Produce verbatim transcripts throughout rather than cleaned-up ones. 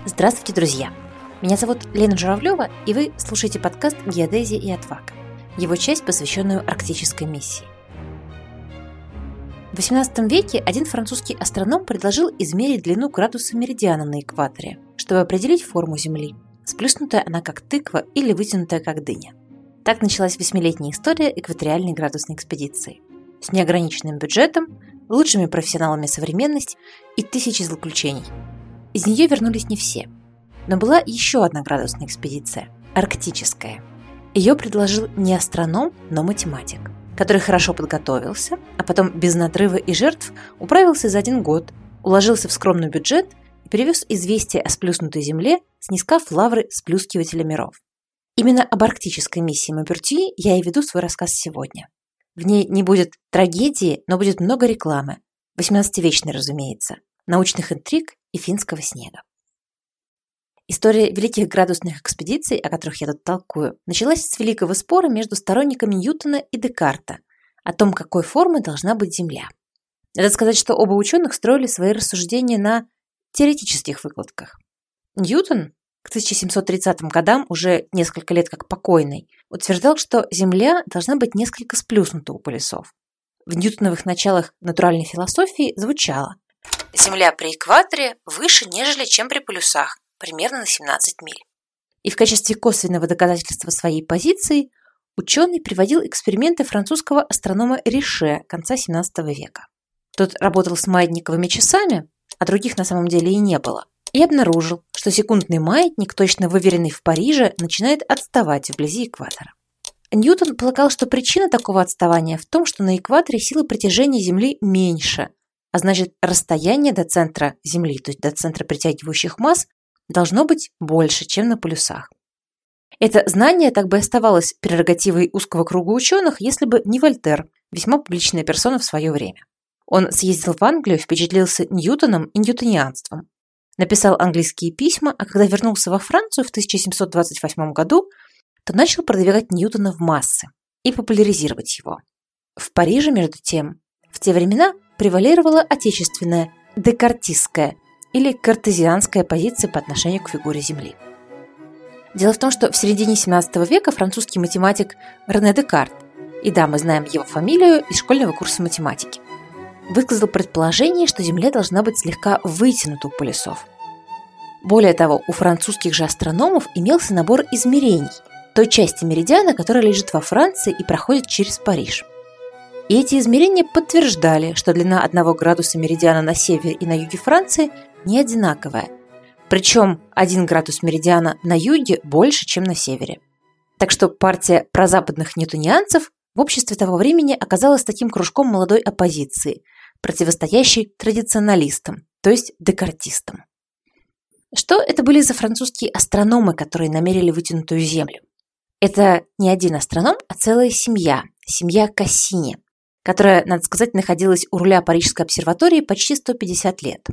Здравствуйте, друзья! Меня зовут Лена Журавлева, и вы слушаете подкаст «Геодезия и отвага», его часть, посвященную арктической миссии. В восемнадцатом веке один французский астроном предложил измерить длину градуса меридиана на экваторе, чтобы определить форму Земли, сплюснутая она как тыква или вытянутая как дыня. Так началась восьмилетняя история экваториальной градусной экспедиции. С неограниченным бюджетом, лучшими профессионалами современности и тысячей злоключений. Из нее вернулись не все. Но была еще одна градусная экспедиция – арктическая. Ее предложил не астроном, но математик, который хорошо подготовился, а потом без надрыва и жертв управился за один год, уложился в скромный бюджет и привез известие о сплюснутой Земле, снискав лавры сплюскивателя миров. Именно об арктической миссии Маупертюи я и веду свой рассказ сегодня. В ней не будет трагедии, но будет много рекламы, восемнадцативечной, разумеется, научных интриг и финского снега. История великих градусных экспедиций, о которых я тут толкую, началась с великого спора между сторонниками Ньютона и Декарта о том, какой формы должна быть Земля. Надо сказать, что оба ученых строили свои рассуждения на теоретических выкладках. Ньютон к тысяча семьсот тридцатым годам, уже несколько лет как покойный, утверждал, что Земля должна быть несколько сплюснута у полюсов. В ньютоновых началах натуральной философии звучало: Земля при экваторе выше, нежели чем при полюсах, примерно на семнадцать миль. И в качестве косвенного доказательства своей позиции ученый приводил эксперименты французского астронома Рише конца семнадцатого века. Тот работал с маятниковыми часами, а других на самом деле и не было, и обнаружил, что секундный маятник, точно выверенный в Париже, начинает отставать вблизи экватора. Ньютон полагал, что причина такого отставания в том, что на экваторе сила притяжения Земли меньше, а значит, расстояние до центра Земли, то есть до центра притягивающих масс, должно быть больше, чем на полюсах. Это знание так бы оставалось прерогативой узкого круга ученых, если бы не Вольтер, весьма публичная персона в свое время. Он съездил в Англию, впечатлился Ньютоном и ньютонианством, написал английские письма, а когда вернулся во Францию в тысяча семьсот двадцать восьмом году, то начал продвигать Ньютона в массы и популяризировать его. В Париже, между тем, в те времена превалировала отечественная, декартистская или картезианская позиция по отношению к фигуре Земли. Дело в том, что в середине семнадцатого века французский математик Рене Декарт, и да, мы знаем его фамилию из школьного курса математики, высказал предположение, что Земля должна быть слегка вытянута у полюсов. Более того, у французских же астрономов имелся набор измерений той части меридиана, которая лежит во Франции и проходит через Париж. И эти измерения подтверждали, что длина одного градуса меридиана на севере и на юге Франции не одинаковая. Причем один градус меридиана на юге больше, чем на севере. Так что партия прозападных ньютонианцев в обществе того времени оказалась таким кружком молодой оппозиции, противостоящей традиционалистам, то есть декартистам. Что это были за французские астрономы, которые намерили вытянутую Землю? Это не один астроном, а целая семья, семья Кассини, которая, надо сказать, находилась у руля Парижской обсерватории почти сто пятьдесят лет.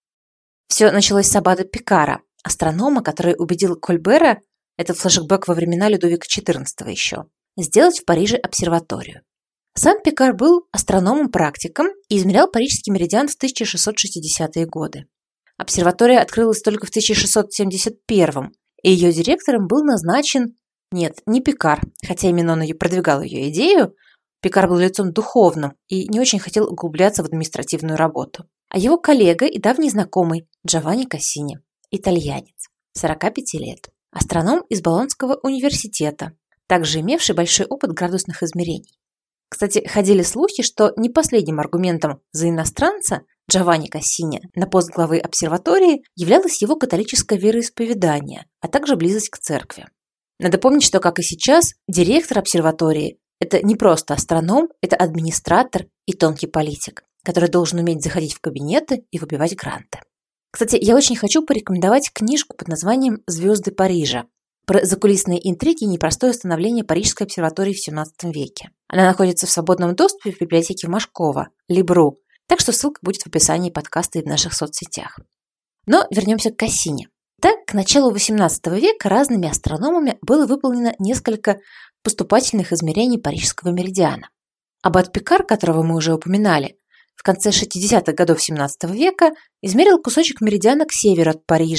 Все началось с аббата Пикара, астронома, который убедил Кольбера, это флешбэк во времена Людовика четырнадцатого еще, сделать в Париже обсерваторию. Сам Пикар был астрономом-практиком и измерял парижский меридиан в тысяча шестьсот шестидесятые годы. Обсерватория открылась только в тысяча шестьсот семьдесят первом, и ее директором был назначен, нет, не Пикар, хотя именно он ее продвигал ее идею. Пикар был лицом духовным и не очень хотел углубляться в административную работу. А его коллега и давний знакомый Джованни Кассини, итальянец, сорока пяти лет, астроном из Болонского университета, также имевший большой опыт градусных измерений. Кстати, ходили слухи, что не последним аргументом за иностранца Джованни Кассини на пост главы обсерватории являлось его католическое вероисповедание, а также близость к церкви. Надо помнить, что, как и сейчас, директор обсерватории – это не просто астроном, это администратор и тонкий политик, который должен уметь заходить в кабинеты и выбивать гранты. Кстати, я очень хочу порекомендовать книжку под названием «Звезды Парижа» про закулисные интриги и непростое становление Парижской обсерватории в семнадцатом веке. Она находится в свободном доступе в библиотеке Машкова, Либру, так что ссылка будет в описании подкаста и в наших соцсетях. Но вернемся к Кассини. Так, к началу восемнадцатого века разными астрономами было выполнено несколько поступательных измерений парижского меридиана. Аббат Пикар, которого мы уже упоминали, в конце шестидесятых годов семнадцатого века измерил кусочек меридиана к северу от Парижа,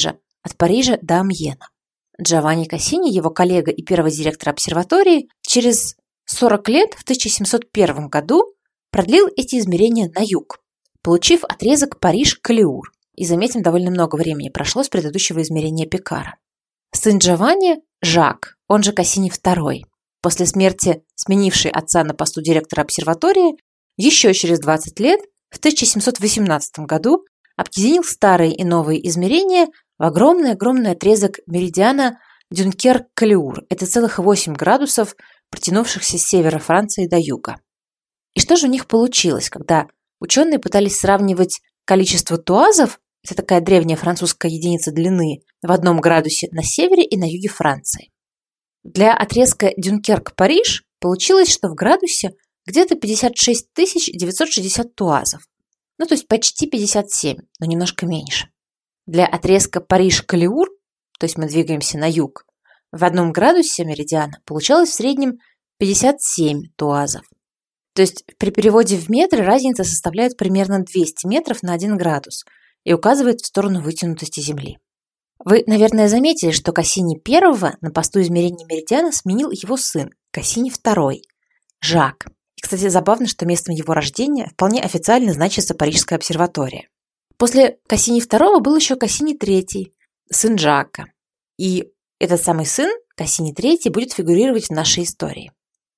от Парижа до Амьена. Джованни Кассини, его коллега и первый директор обсерватории, через сорок лет в тысяча семьсот первом году продлил эти измерения на юг, получив отрезок Париж-Калиур. И, заметим, довольно много времени прошло с предыдущего измерения Пикара. Сын Джованни, Жак, он же Кассини второй, после смерти сменивший отца на посту директора обсерватории, еще через двадцать лет, в тысяча семьсот восемнадцатом году, объединил старые и новые измерения в огромный-огромный отрезок меридиана Дюнкерк-Калиур. Это целых восемь градусов, протянувшихся с севера Франции до юга. И что же у них получилось, когда ученые пытались сравнивать количество туазов, это такая древняя французская единица длины, в одном градусе на севере и на юге Франции? Для отрезка Дюнкерк-Париж получилось, что в градусе где-то пятьдесят шесть тысяч девятьсот шестьдесят туазов. Ну, то есть почти пятьдесят семь, но немножко меньше. Для отрезка Париж-Калиур, то есть мы двигаемся на юг, в одном градусе меридиана получалось в среднем пятьдесят семь туазов. То есть при переводе в метры разница составляет примерно двести метров на один градус и указывает в сторону вытянутости Земли. Вы, наверное, заметили, что Кассини первого на посту измерения меридиана сменил его сын, Кассини второй, Жак. И, кстати, забавно, что местом его рождения вполне официально значится Парижская обсерватория. После Кассини второго был еще Кассини третий, сын Жака. И этот самый сын, Кассини третий, будет фигурировать в нашей истории.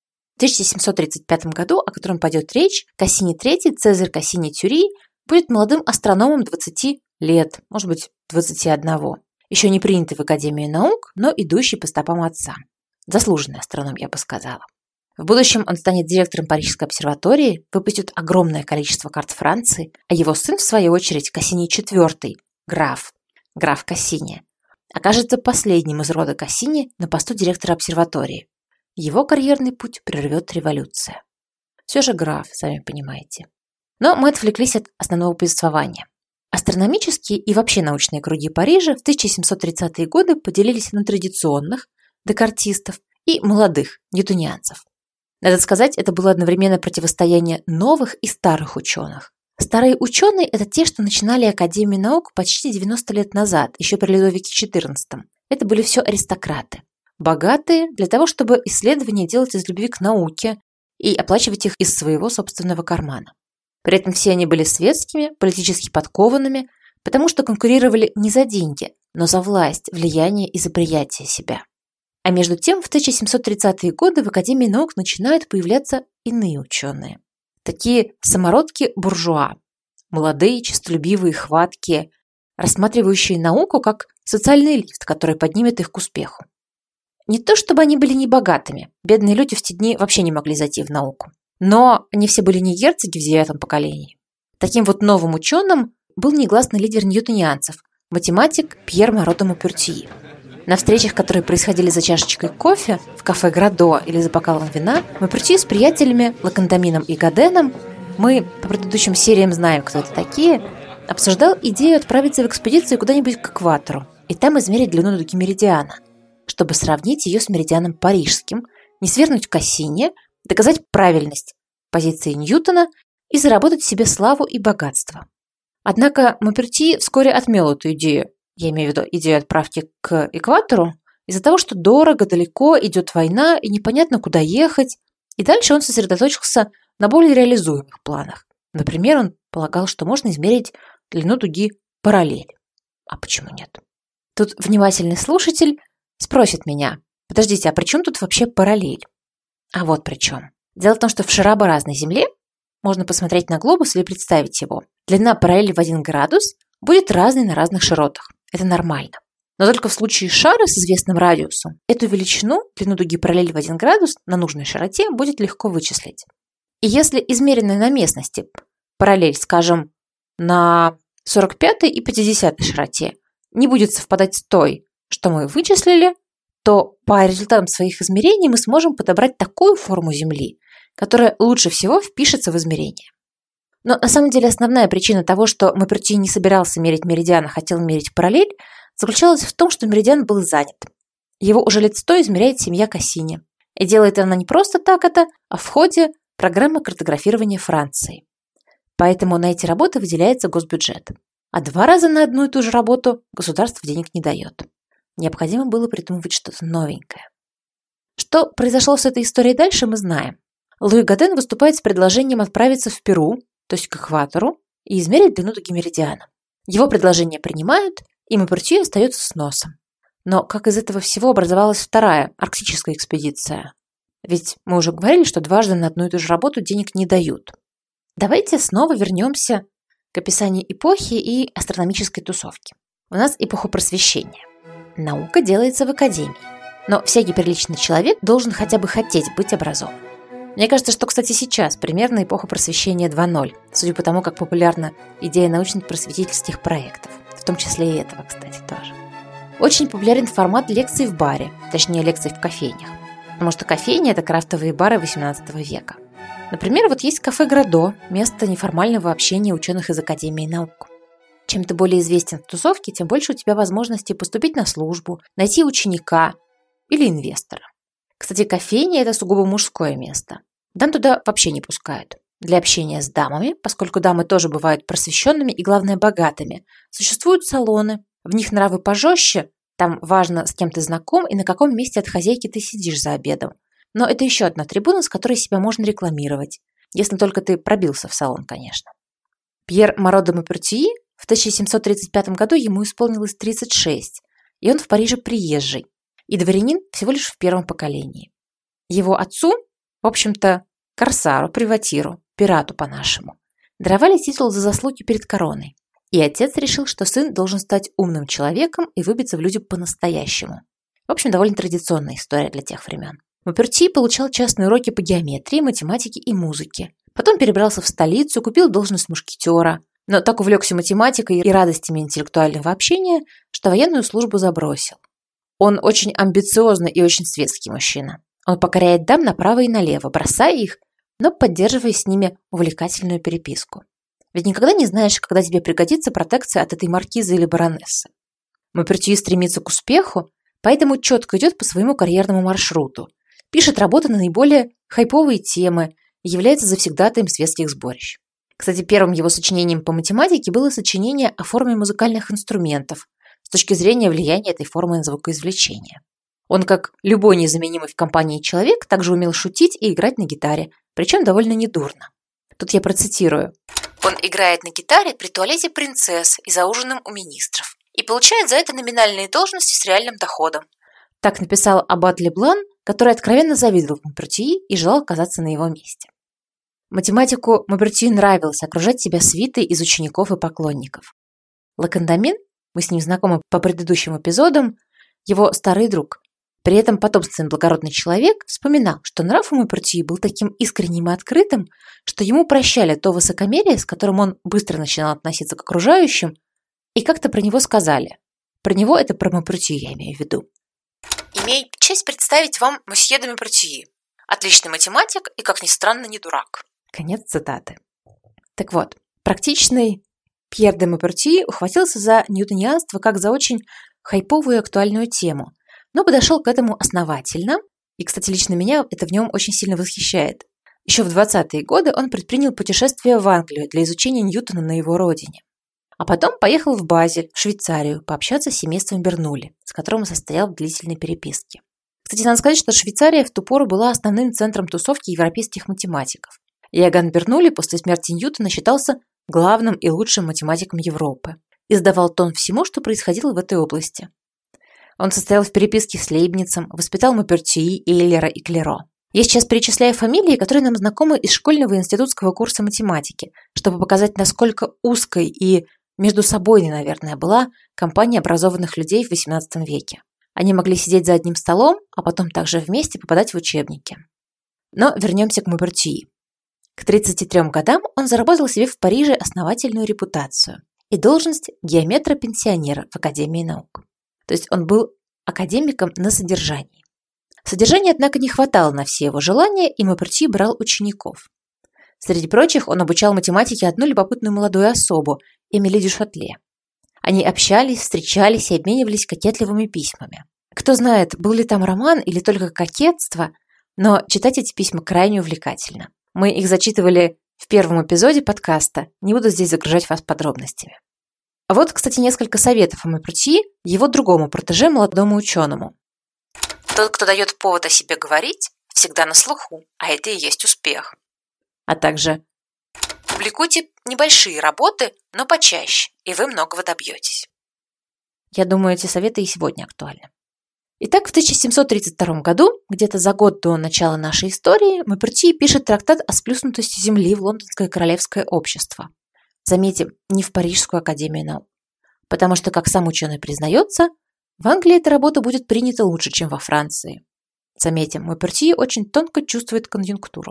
В тысяча семьсот тридцать пятом году, о котором пойдет речь, Кассини третий, Цезарь Кассини-Тюри, будет молодым астрономом двадцати лет, может быть, двадцати одного. Еще не принятый в Академию наук, но идущий по стопам отца. Заслуженный астроном, я бы сказала. В будущем он станет директором Парижской обсерватории, выпустит огромное количество карт Франции, а его сын, в свою очередь, Кассини четвертый, граф, граф Кассини, окажется последним из рода Кассини на посту директора обсерватории. Его карьерный путь прервет революция. Все же граф, сами понимаете. Но мы отвлеклись от основного повествования. Астрономические и вообще научные круги Парижа в тысяча семьсот тридцатые годы поделились на традиционных, декартистов, и молодых, ньютонианцев. Надо сказать, это было одновременно противостояние новых и старых ученых. Старые ученые – это те, что начинали Академию наук почти девяносто лет назад, еще при Людовике четырнадцатом. Это были все аристократы. Богатые для того, чтобы исследования делать из любви к науке и оплачивать их из своего собственного кармана. При этом все они были светскими, политически подкованными, потому что конкурировали не за деньги, но за власть, влияние и за приятие себя. А между тем, в тысяча семьсот тридцатые годы в Академии наук начинают появляться иные ученые. Такие самородки-буржуа, молодые, честолюбивые, хваткие, рассматривающие науку как социальный лифт, который поднимет их к успеху. Не то чтобы они были небогатыми, бедные люди в те дни вообще не могли зайти в науку. Но они все были не герцоги в девятом поколении. Таким вот новым ученым был негласный лидер ньютонианцев, математик Пьер Моро де Маупертюи. На встречах, которые происходили за чашечкой кофе в кафе Градо или за бокалом вина, Маупертюи с приятелями Лакандамином и Гаденом, мы по предыдущим сериям знаем, кто это такие, обсуждал идею отправиться в экспедицию куда-нибудь к экватору и там измерить длину дуги меридиана, чтобы сравнить ее с меридианом парижским, не свернуть в Кассини, доказать правильность позиции Ньютона и заработать себе славу и богатство. Однако Маупертюи вскоре отмел эту идею, я имею в виду идею отправки к экватору, из-за того, что дорого, далеко, идет война и непонятно, куда ехать, и дальше он сосредоточился на более реализуемых планах. Например, он полагал, что можно измерить длину дуги параллель. А почему нет? Тут внимательный слушатель спросит меня, подождите, а при чем тут вообще параллель? А вот при чем. Дело в том, что в шарообразной Земле можно посмотреть на глобус или представить его. Длина параллели в один градус будет разной на разных широтах. Это нормально. Но только в случае шара с известным радиусом эту величину, длину дуги параллели в один градус, на нужной широте будет легко вычислить. И если измеренная на местности параллель, скажем, на сорок пятой и пятидесятой широте не будет совпадать с той, что мы вычислили, то по результатам своих измерений мы сможем подобрать такую форму Земли, которая лучше всего впишется в измерение. Но на самом деле основная причина того, что Маупертюи не собирался мерить меридиан, а хотел мерить параллель, заключалась в том, что меридиан был занят. Его уже лет сто измеряет семья Кассини. И делает она не просто так это, а в ходе программы картографирования Франции. Поэтому на эти работы выделяется госбюджет. А два раза на одну и ту же работу государство денег не дает. Необходимо было придумывать что-то новенькое. Что произошло с этой историей дальше, мы знаем. Луи Гаден выступает с предложением отправиться в Перу, то есть к экватору, и измерить длину дуги меридиана. Его предложение принимают, и Маупертюи остается с носом. Но как из этого всего образовалась вторая арктическая экспедиция? Ведь мы уже говорили, что дважды на одну и ту же работу денег не дают. Давайте снова вернемся к описанию эпохи и астрономической тусовки. У нас эпоха просвещения. Наука делается в академии. Но всякий приличный человек должен хотя бы хотеть быть образованным. Мне кажется, что, кстати, сейчас примерно эпоха просвещения два ноль, судя по тому, как популярна идея научно-просветительских проектов. В том числе и этого, кстати, тоже. Очень популярен формат лекций в баре, точнее лекций в кофейнях. Потому что кофейни – это крафтовые бары восемнадцатого века. Например, вот есть кафе «Градо», место неформального общения ученых из Академии наук. Чем ты более известен в тусовке, тем больше у тебя возможностей поступить на службу, найти ученика или инвестора. Кстати, кофейня – это сугубо мужское место. Дам туда вообще не пускают. Для общения с дамами, поскольку дамы тоже бывают просвещенными и, главное, богатыми, существуют салоны. В них нравы пожестче, там важно, с кем ты знаком и на каком месте от хозяйки ты сидишь за обедом. Но это еще одна трибуна, с которой себя можно рекламировать, если только ты пробился в салон, конечно. Пьер Моро де Маупертюи в тысяча семьсот тридцать пятом году ему исполнилось тридцать шесть, и он в Париже приезжий, и дворянин всего лишь в первом поколении. Его отцу, в общем-то, корсару, приватиру, пирату по-нашему, даровали титул за заслуги перед короной. И отец решил, что сын должен стать умным человеком и выбиться в люди по-настоящему. В общем, довольно традиционная история для тех времен. Маупертюи получал частные уроки по геометрии, математике и музыке. Потом перебрался в столицу, купил должность мушкетера, но так увлекся математикой и радостями интеллектуального общения, что военную службу забросил. Он очень амбициозный и очень светский мужчина. Он покоряет дам направо и налево, бросая их, но поддерживая с ними увлекательную переписку. Ведь никогда не знаешь, когда тебе пригодится протекция от этой маркизы или баронессы. Маупертюи стремится к успеху, поэтому четко идет по своему карьерному маршруту, пишет работы на наиболее хайповые темы и является завсегдатаем светских сборищ. Кстати, первым его сочинением по математике было сочинение о форме музыкальных инструментов с точки зрения влияния этой формы на звукоизвлечение. Он, как любой незаменимый в компании человек, также умел шутить и играть на гитаре, причем довольно недурно. Тут я процитирую. Он играет на гитаре при туалете принцесс и за ужином у министров и получает за это номинальные должности с реальным доходом. Так написал аббат Леблан, который откровенно завидовал Маупертюи и желал оказаться на его месте. Математику Маупертюи нравилось окружать себя свитой из учеников и поклонников. Лакандамин, мы с ним знакомы по предыдущим эпизодам, его старый друг, при этом потомственный благородный человек, вспоминал, что нрав у Маупертюи был таким искренним и открытым, что ему прощали то высокомерие, с которым он быстро начинал относиться к окружающим, и как-то про него сказали. Про него это про Маупертюи я имею в виду. «Имею честь представить вам мосье де Маупертюи. Отличный математик и, как ни странно, не дурак». Конец цитаты. Так вот, практичный Пьер де Маупертюи ухватился за ньютонианство как за очень хайповую и актуальную тему, но подошел к этому основательно, и, кстати, лично меня это в нем очень сильно восхищает. Еще в двадцатые годы он предпринял путешествие в Англию для изучения Ньютона на его родине. А потом поехал в Базель, в Швейцарию, пообщаться с семейством Бернулли, с которым состоял в длительной переписке. Кстати, надо сказать, что Швейцария в ту пору была основным центром тусовки европейских математиков. Иоганн Бернулли после смерти Ньютона считался главным и лучшим математиком Европы и задавал тон всему, что происходило в этой области. Он состоял в переписке с Лейбницем, воспитал Маупертюи, Эйлера и Клеро. Я сейчас перечисляю фамилии, которые нам знакомы из школьного и институтского курса математики, чтобы показать, насколько узкой и между собойной, наверное, была компания образованных людей в восемнадцатом веке. Они могли сидеть за одним столом, а потом также вместе попадать в учебники. Но вернемся к Маупертюи. К тридцати трём годам он заработал себе в Париже основательную репутацию и должность геометра-пенсионера в Академии наук. То есть он был академиком на содержании. Содержания, однако, не хватало на все его желания, и Маупертюи брал учеников. Среди прочих он обучал математике одну любопытную молодую особу, Эмили Дюшатле. Они общались, встречались и обменивались кокетливыми письмами. Кто знает, был ли там роман или только кокетство, но читать эти письма крайне увлекательно. Мы их зачитывали в первом эпизоде подкаста, не буду здесь загружать вас подробностями. А вот, кстати, несколько советов о Мауперти его другому протеже, молодому ученому. Тот, кто дает повод о себе говорить, всегда на слуху, а это и есть успех. А также публикуйте небольшие работы, но почаще, и вы многого добьетесь. Я думаю, эти советы и сегодня актуальны. Итак, в тысяча семьсот тридцать втором году, где-то за год до начала нашей истории, Мауперти пишет трактат о сплюснутости Земли в Лондонское королевское общество. Заметим, не в Парижскую академию наук. Потому что, как сам ученый признается, в Англии эта работа будет принята лучше, чем во Франции. Заметим, Мауперти очень тонко чувствует конъюнктуру.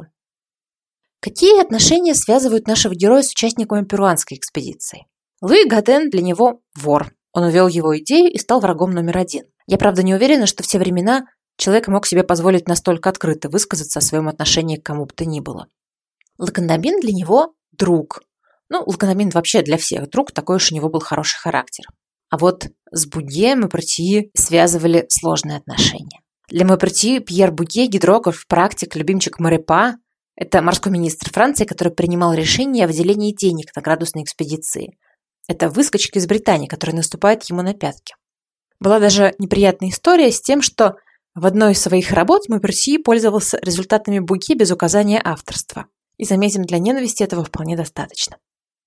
Какие отношения связывают нашего героя с участниками перуанской экспедиции? Луи Гаден для него вор. Он увел его идею и стал врагом номер один. Я, правда, не уверена, что в те времена человек мог себе позволить настолько открыто высказаться о своем отношении к кому бы то ни было. Лакандамин для него друг. Ну, Лакандамин вообще для всех друг, такой уж у него был хороший характер. А вот с Буге Мауперти связывали сложные отношения. Для Мауперти Пьер Буге, гидрограф, практик, любимчик Марепа, это морской министр Франции, который принимал решение о выделении денег на градусные экспедиции. Это выскочка из Британии, которая наступает ему на пятки. Была даже неприятная история с тем, что в одной из своих работ Мауперти пользовался результатами Буге без указания авторства. И, заметим, для ненависти этого вполне достаточно.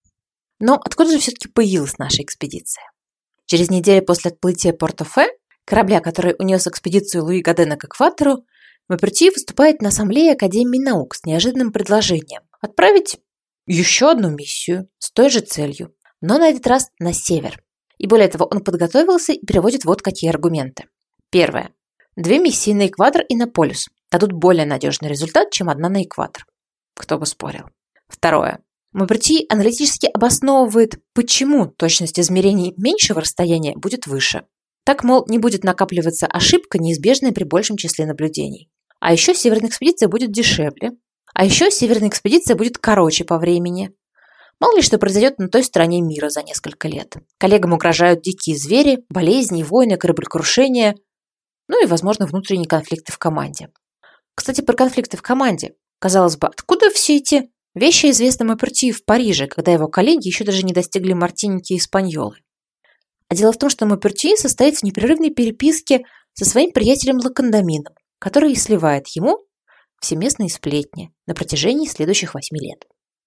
Но откуда же все-таки появилась наша экспедиция? Через неделю после отплытия Порто-Фе, корабля, который унес экспедицию Луи Гадена к экватору, Мауперти выступает на ассамблее Академии наук с неожиданным предложением отправить еще одну миссию с той же целью, но на этот раз на север. И более того, он подготовился и переводит вот какие аргументы. Первое. Две миссии на экватор и на полюс дадут более надежный результат, чем одна на экватор. Кто бы спорил. Второе. Мауперти аналитически обосновывает, почему точность измерений меньшего расстояния будет выше. Так, мол, не будет накапливаться ошибка, неизбежная при большем числе наблюдений. А еще северная экспедиция будет дешевле. А еще северная экспедиция будет короче по времени. Мало ли что произойдет на той стороне мира за несколько лет. Коллегам угрожают дикие звери, болезни, войны, кораблекрушения, ну и, возможно, внутренние конфликты в команде. Кстати, про конфликты в команде. Казалось бы, откуда все эти вещи известны Мауперти в Париже, когда его коллеги еще даже не достигли Мартиники и Испаньолы? А дело в том, что Мауперти состоит в непрерывной переписке со своим приятелем Лакандамином, который и сливает ему все местные сплетни на протяжении следующих восьми лет.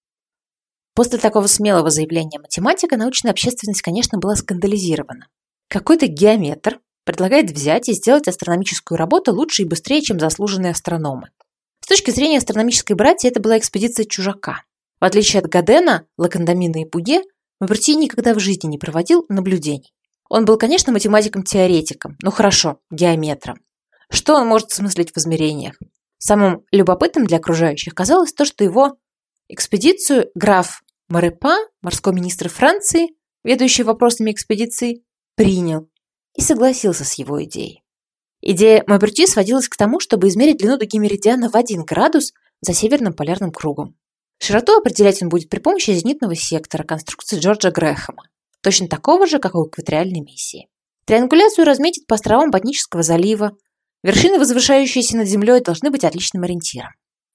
После такого смелого заявления математика научная общественность, конечно, была скандализирована. Какой-то геометр предлагает взять и сделать астрономическую работу лучше и быстрее, чем заслуженные астрономы. С точки зрения астрономической братьи, это была экспедиция чужака. В отличие от Гадена, Лакандамина и Буге, Мауперти никогда в жизни не проводил наблюдений. Он был, конечно, математиком-теоретиком, ну хорошо, геометром. Что он может смыслить в измерениях? Самым любопытным для окружающих казалось то, что его экспедицию граф Марепа, морской министр Франции, ведущий вопросами экспедиции, принял и согласился с его идеей. Идея Мауперти сводилась к тому, чтобы измерить длину дуги меридиана в один градус за северным полярным кругом. Широту определять он будет при помощи зенитного сектора конструкции Джорджа Грэхэма, точно такого же, как у экваториальной миссии. Триангуляцию разметит по островам Ботнического залива. Вершины, возвышающиеся над землей, должны быть отличным ориентиром.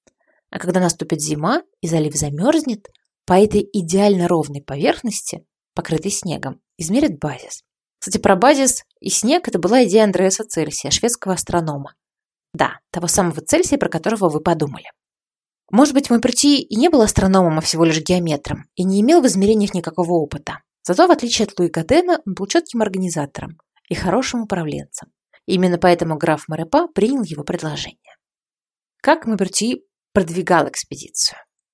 А когда наступит зима и залив замерзнет, по этой идеально ровной поверхности, покрытой снегом, измерят базис. Кстати, про базис и снег это была идея Андреаса Цельсия, шведского астронома. Да, того самого Цельсия, про которого вы подумали. Может быть, Мауперти и не был астрономом, а всего лишь геометром, и не имел в измерениях никакого опыта. Зато, в отличие от Луи Гадена, он был четким организатором и хорошим управленцем. И именно поэтому граф Марепа принял его предложение. Как Мауперти продвигал экспедицию?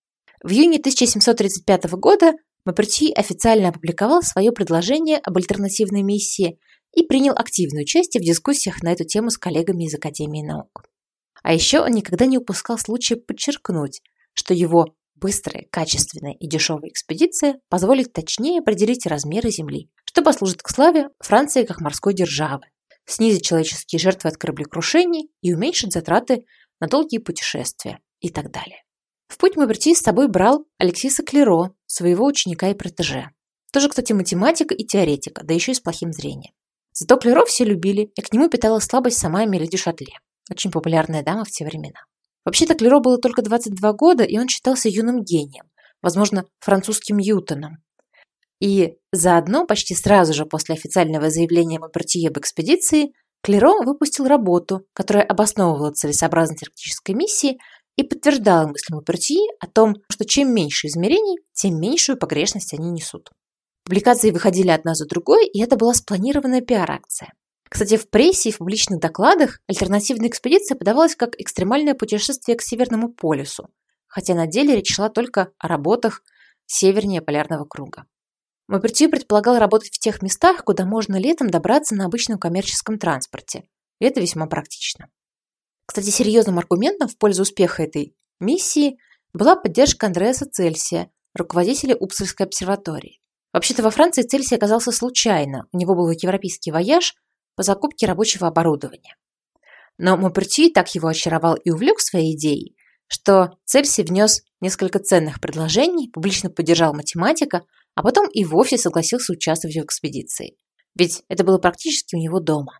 В июне тысяча семьсот тридцать пятого года Мауперти официально опубликовал свое предложение об альтернативной миссии и принял активное участие в дискуссиях на эту тему с коллегами из Академии наук. А еще он никогда не упускал случая подчеркнуть, что его быстрая, качественная и дешевая экспедиция позволит точнее определить размеры Земли, что послужит к славе Франции как морской державы, снизит человеческие жертвы от кораблекрушений и уменьшит затраты на долгие путешествия и так далее. В путь Мауперти с собой брал Алексиса Клеро, своего ученика и протеже. Тоже, кстати, математика и теоретика, да еще и с плохим зрением. Зато Клеро все любили, и к нему питала слабость сама Эмили дю Шатле, очень популярная дама в те времена. Вообще-то Клеро было только двадцать два года, и он считался юным гением, возможно, французским Ньютоном. И заодно, почти сразу же после официального заявления Маупертье об экспедиции, Клеро выпустил работу, которая обосновывала целесообразность арктической миссии и подтверждала мысль Маупертье о том, что чем меньше измерений, тем меньшую погрешность они несут. Публикации выходили одна за другой, и это была спланированная пиар-акция. Кстати, в прессе и в публичных докладах альтернативная экспедиция подавалась как экстремальное путешествие к Северному полюсу, хотя на деле речь шла только о работах севернее полярного круга. Маупертье предполагал работать в тех местах, куда можно летом добраться на обычном коммерческом транспорте, и это весьма практично. Кстати, серьезным аргументом в пользу успеха этой миссии была поддержка Андреаса Цельсия, руководителя Упсальской обсерватории. Вообще-то во Франции Цельсий оказался случайно, у него был европейский вояж по закупке рабочего оборудования. Но Маупертье так его очаровал и увлек своей идеей, что Цельсий внес несколько ценных предложений, публично поддержал математика, а потом и вовсе согласился участвовать в экспедиции. Ведь это было практически у него дома.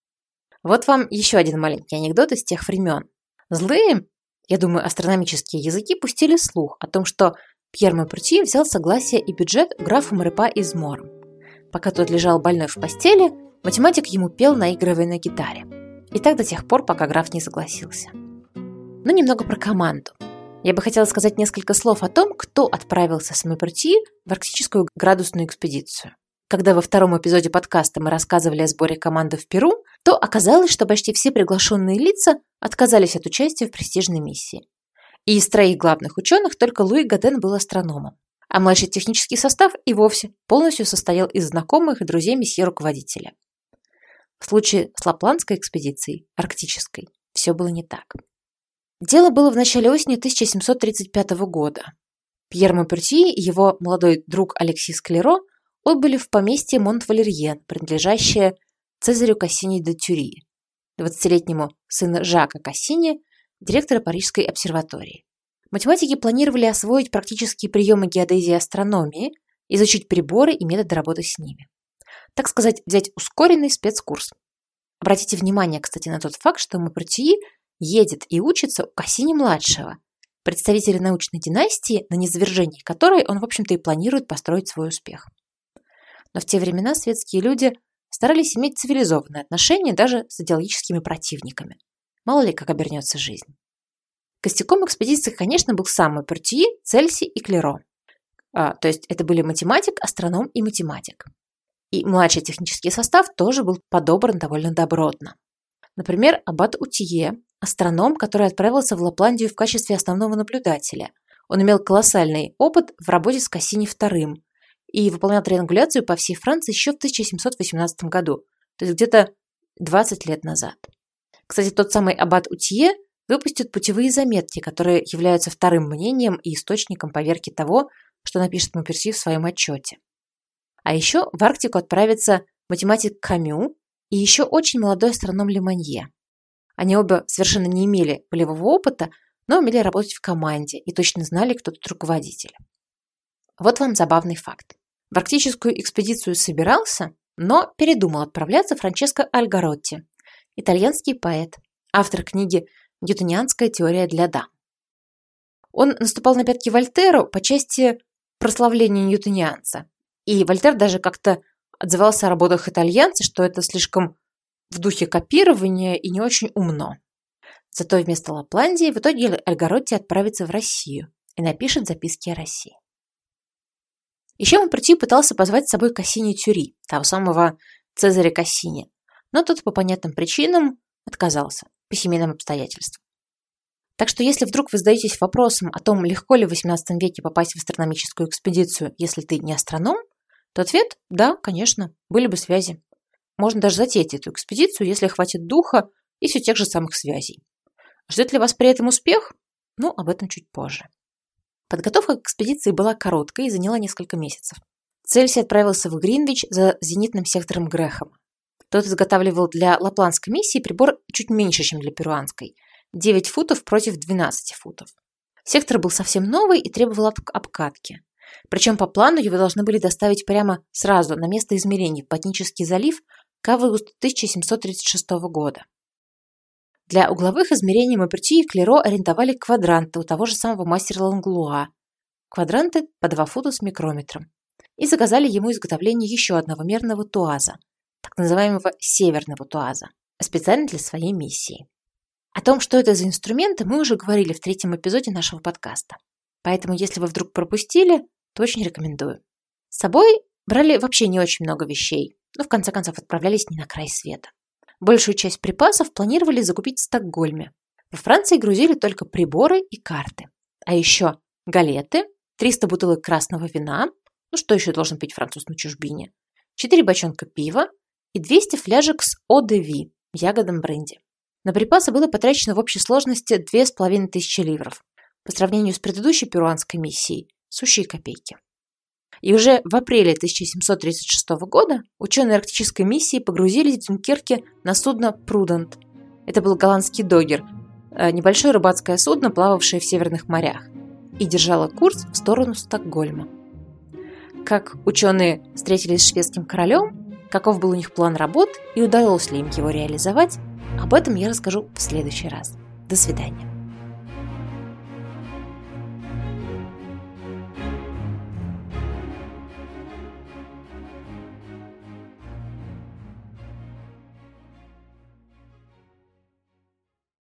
Вот вам еще один маленький анекдот из тех времен. Злые, я думаю, астрономические языки пустили слух о том, что Пьер Маупертье взял согласие и бюджет у графа Марепа из Мора. Пока тот лежал больной в постели, математик ему пел, наигрывая на гитаре. И так до тех пор, пока граф не согласился. Ну, немного про команду. Я бы хотела сказать несколько слов о том, кто отправился с Маупертье в арктическую градусную экспедицию. Когда во втором эпизоде подкаста мы рассказывали о сборе команды в Перу, то оказалось, что почти все приглашенные лица отказались от участия в престижной миссии. И из троих главных ученых только Луи Гаден был астрономом, а младший технический состав и вовсе полностью состоял из знакомых и друзей месье руководителя. В случае с Лапландской экспедицией, арктической, все было не так. Дело было в начале осени тысяча семьсот тридцать пятого года. Пьер Маупертье и его молодой друг Алексис Клеро отбыли в поместье Монт-Валерьен, принадлежащее Цезарю Кассини де Тюри, двадцатилетнему сыну Жака Кассини, директора Парижской обсерватории. Математики планировали освоить практические приемы геодезии и астрономии, изучить приборы и методы работы с ними. Так сказать, взять ускоренный спецкурс. Обратите внимание, кстати, на тот факт, что Маупертье едет и учится у Кассини-младшего, представителя научной династии, на низвержении которой он, в общем-то, и планирует построить свой успех. Но в те времена светские люди старались иметь цивилизованные отношения даже с идеологическими противниками. Мало ли, как обернется жизнь. Костяком экспедиции, конечно, был сам Маупертье, Цельсий и Клеро. А, то есть это были математик, астроном и математик. И младший технический состав тоже был подобран довольно добротно. Например, аббат Утье, астроном, который отправился в Лапландию в качестве основного наблюдателя. Он имел колоссальный опыт в работе с Кассини вторым и выполнял триангуляцию по всей Франции еще в тысяча семьсот восемнадцатом году, то есть где-то двадцать лет назад. Кстати, тот самый аббат Утье выпустит путевые заметки, которые являются вторым мнением и источником поверки того, что напишет Маупертье в своем отчете. А еще в Арктику отправится математик Камю и еще очень молодой астроном Леманье. Они оба совершенно не имели полевого опыта, но умели работать в команде и точно знали, кто тут руководитель. Вот вам забавный факт. В арктическую экспедицию собирался, но передумал отправляться Франческо Альгаротти, итальянский поэт, автор книги «Ньютонианская теория для дам». Он наступал на пятки Вольтеру по части прославления ньютонианца, и Вольтер даже как-то отзывался о работах итальянца, что это слишком в духе копирования и не очень умно. Зато вместо Лапландии в итоге Альгаротти отправится в Россию и напишет записки о России. Еще Маупертье пытался позвать с собой Кассини Тюри, того самого Цезаря Кассини, но тот по понятным причинам отказался, по семейным обстоятельствам. Так что если вдруг вы задаетесь вопросом о том, легко ли в восемнадцатом веке попасть в астрономическую экспедицию, если ты не астроном, то ответ – да, конечно, были бы связи. Можно даже затеять эту экспедицию, если хватит духа и все тех же самых связей. Ждет ли вас при этом успех? Ну, об этом чуть позже. Подготовка к экспедиции была короткой и заняла несколько месяцев. Цельсий отправился в Гринвич за зенитным сектором Грэхэма. Тот изготавливал для лапландской миссии прибор чуть меньше, чем для перуанской – девять футов против двенадцати футов. Сектор был совсем новый и требовал обкатки. Причем по плану его должны были доставить прямо сразу на место измерений в Ботнический залив к августу тысяча семьсот тридцать шестого года. Для угловых измерений Маупертье и Клеро арендовали квадранты у того же самого мастера Ланглуа. Квадранты по два фута с микрометром. и заказали ему изготовление еще одного мерного туаза, так называемого северного туаза, специально для своей миссии. О том, что это за инструменты, мы уже говорили в третьем эпизоде нашего подкаста. Поэтому, если вы вдруг пропустили, то очень рекомендую. С собой брали вообще не очень много вещей, но в конце концов отправлялись не на край света. Большую часть припасов планировали закупить в Стокгольме. Во Франции грузили только приборы и карты. А еще галеты, триста бутылок красного вина, ну что еще должен пить француз на чужбине, четыре бочонка пива и двести фляжек с eau-de-vie, ягодом бренди. На припасы было потрачено в общей сложности две с половиной тысячи ливров. По сравнению с предыдущей перуанской миссией – сущие копейки. И уже в апреле тысяча семьсот тридцать шестого года ученые арктической миссии погрузились в Дюнкерке на судно «Прудент». Это был голландский доггер, небольшое рыбацкое судно, плававшее в северных морях, и держало курс в сторону Стокгольма. Как ученые встретились с шведским королем, каков был у них план работ и удалось ли им его реализовать, об этом я расскажу в следующий раз. До свидания.